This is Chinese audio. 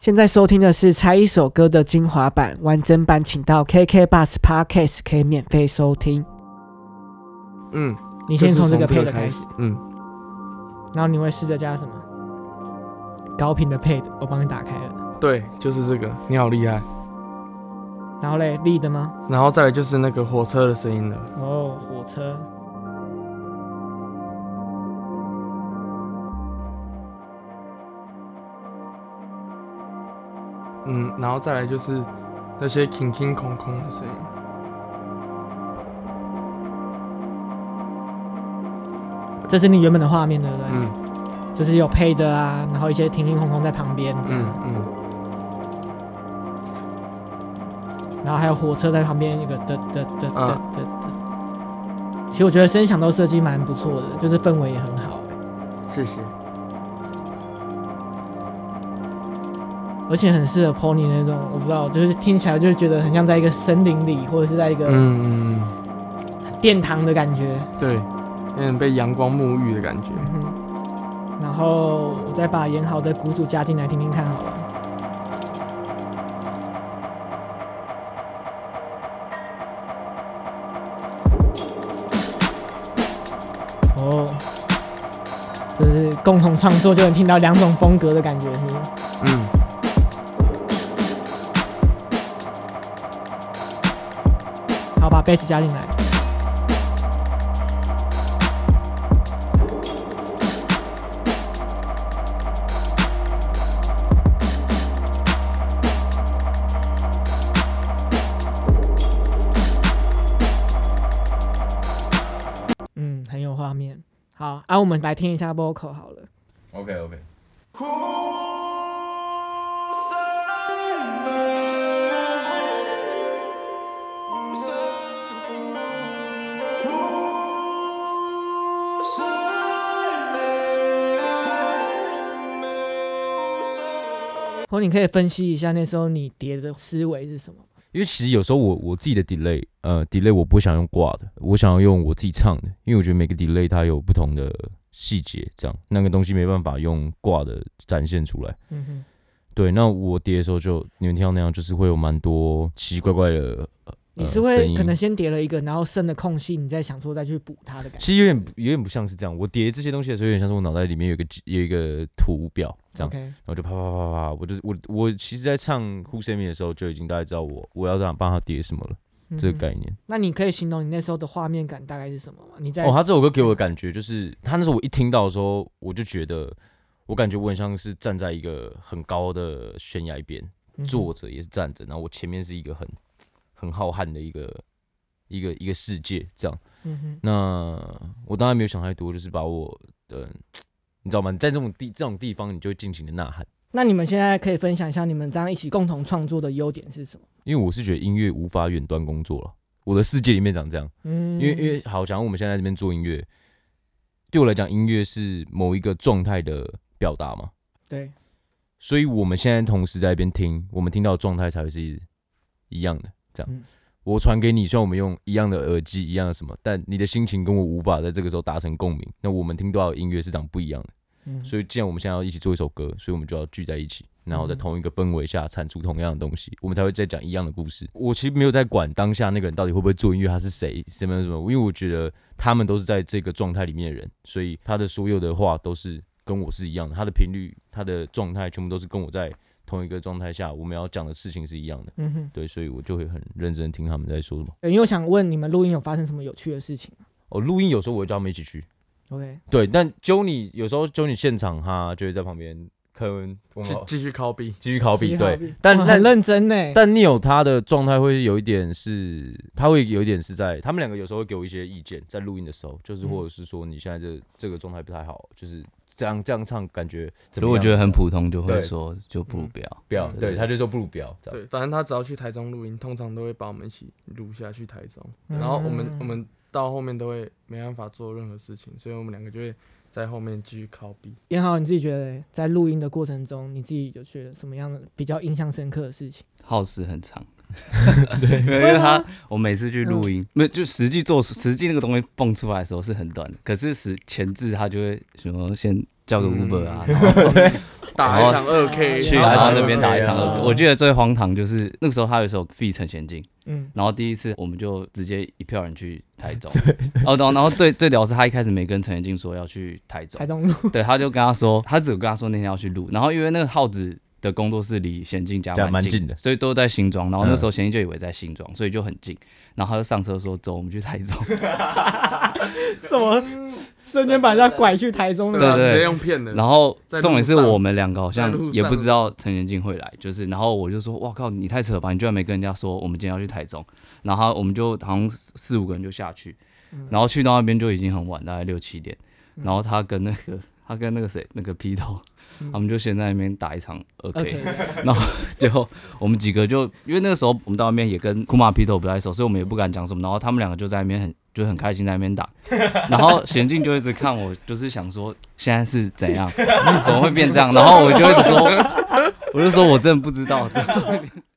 现在收听的是猜一首歌的精华版，完整版请到 KKBOX Podcast 可以免费收听。你先从这个配的开始，然后你会试着加什么？高频的配的，我帮你打开了。 对，就是这个，你好厉害。 然后嘞，立的吗？ 然后再来就是那个火车的声音了。 哦，火车。 然后再来就是那些空空的声音。 这是你原本的画面，对不对？就是有配的啊，然后一些空空在旁边，然后还有火车在旁边，那个其实我觉得声响都设计蛮不错的，就是氛围也很好。 谢谢。 而且很适合 Pony 那种，我不知道，就是听起来就觉得很像在一个森林里，或者是在一个殿堂的感觉。 对，有点被阳光沐浴的感觉。 然后我再把演好的鼓组加进来听听看好了。哦，就是共同创作就能听到两种风格的感觉，是吗？好，把贝斯加进来。很有画面。好，我们来听一下 vocal 好了。 OK。 你可以分析一下那时候你叠的思维是什么？ 因为其实有时候我自己的 delay 我不想用挂的，我想要用我自己唱的，因为我觉得每个 delay 它有不同的细节，这样那个东西没办法用挂的展现出来。对，那我叠的时候就你们听到那样，就是会有蛮多奇奇怪怪的。 你是会可能先叠了一个，然后剩的空隙，你再想说再去补它的感觉。 其实有点不像是这样，我叠这些东西的时候，有点像是我脑袋里面有一个图表这样，然后就啪啪啪啪啪，我其实在唱 Who's Me 的时候就已经大概知道我要帮他叠什么了，这个概念。 那你可以形容你那时候的画面感大概是什么吗？ 他这首歌给我的感觉就是，他那时候我一听到的时候，我就觉得我感觉我很像是站在一个很高的悬崖边，坐着也是站着，然后我前面是一个很浩瀚的一个世界这样。那我当然没有想太多，就是把我的，你知道吗？在这种地方，你就会尽情的呐喊。那你们现在可以分享一下你们这样一起共同创作的优点是什么？ 因为我是觉得音乐无法远端工作了，我的世界里面长这样。因为好，假如我们现在在这边做音乐，对我来讲，音乐是某一个状态的表达嘛。 对。 所以我们现在同时在一边听，我们听到的状态才会是一样的。这样，我传给你，虽然我们用一样的耳机，一样的什么，但你的心情跟我无法在这个时候达成共鸣。那我们听到的音乐是长不一样的。所以既然我们现在要一起做一首歌，所以我们就要聚在一起，然后在同一个氛围下产出同样的东西，我们才会再讲一样的故事。我其实没有在管当下那个人到底会不会做音乐，他是谁，什么，因为我觉得他们都是在这个状态里面的人，所以他的所有的话都是跟我是一样的，他的频率、他的状态全部都是跟我在同一个状态下，我们要讲的事情是一样的。对，所以我就会很认真听他们在说什么。 因为我想问你们录音有发生什么有趣的事情吗？ 录音有时候我会叫他们一起去。 OK。 对，但有时候揪你现场，他就会在旁边可能继续copy， 对，但很认真呢。 但 Neil 他的状态会有一点是，他会有一点是在他们两个有时候会给我一些意见，在录音的时候，就是或者是说你现在这个状态不太好，就是这样唱感觉怎么样？ 如果觉得很普通，就会说就不如不要。 对，他就说不如不要。 对，反正他只要去台中录音，通常都会把我们一起录下去台中，然后我们到后面都会没办法做任何事情，所以我们两个就会在后面继续copy。 彦豪，你自己觉得在录音的过程中，你自己有觉得什么样的比较印象深刻的事情？ 耗时很长。对，因为我每次去录音，没有就实际那个东西蹦出来的时候是很短的，可是前置他就会什么先叫个 Uber 啊， 打一场2K， 去然后那边打一场2K。我记得最荒唐就是那个时候他有一首 feat. 陈贤进，然后第一次我们就直接一票人去台中，然后最屌是他一开始没跟陈贤进说要去台中录， 对，他就跟他说，他只有跟他说那天要去录，然后因为那个耗子的工作室离贤进家蛮近的，所以都在新庄，然后那时候贤进就以为在新庄，所以就很近，然后他就上车说走，我们去台中， 什么瞬间把人家拐去台中的， 对， 直接用骗的。 然后重点是我们两个好像也不知道陈贤进会来，就是然后我就说，哇靠，你太扯了吧，你居然没跟人家说我们今天要去台中，然后我们就好像4、5个人就下去，然后去到那边就已经很晚，大概6、7点，然后他跟那个谁那个P头。他们就先在那边打一场2K，然后最后我们几个就因为那个时候我们到那边也跟库马皮头不太熟，所以我们也不敢讲什么。然后他们两个就在那边很开心在那边打，然后贤进就一直看我，就是想说现在是怎样，怎么会变这样？然后我就一直说，我就说我真的不知道怎么会变。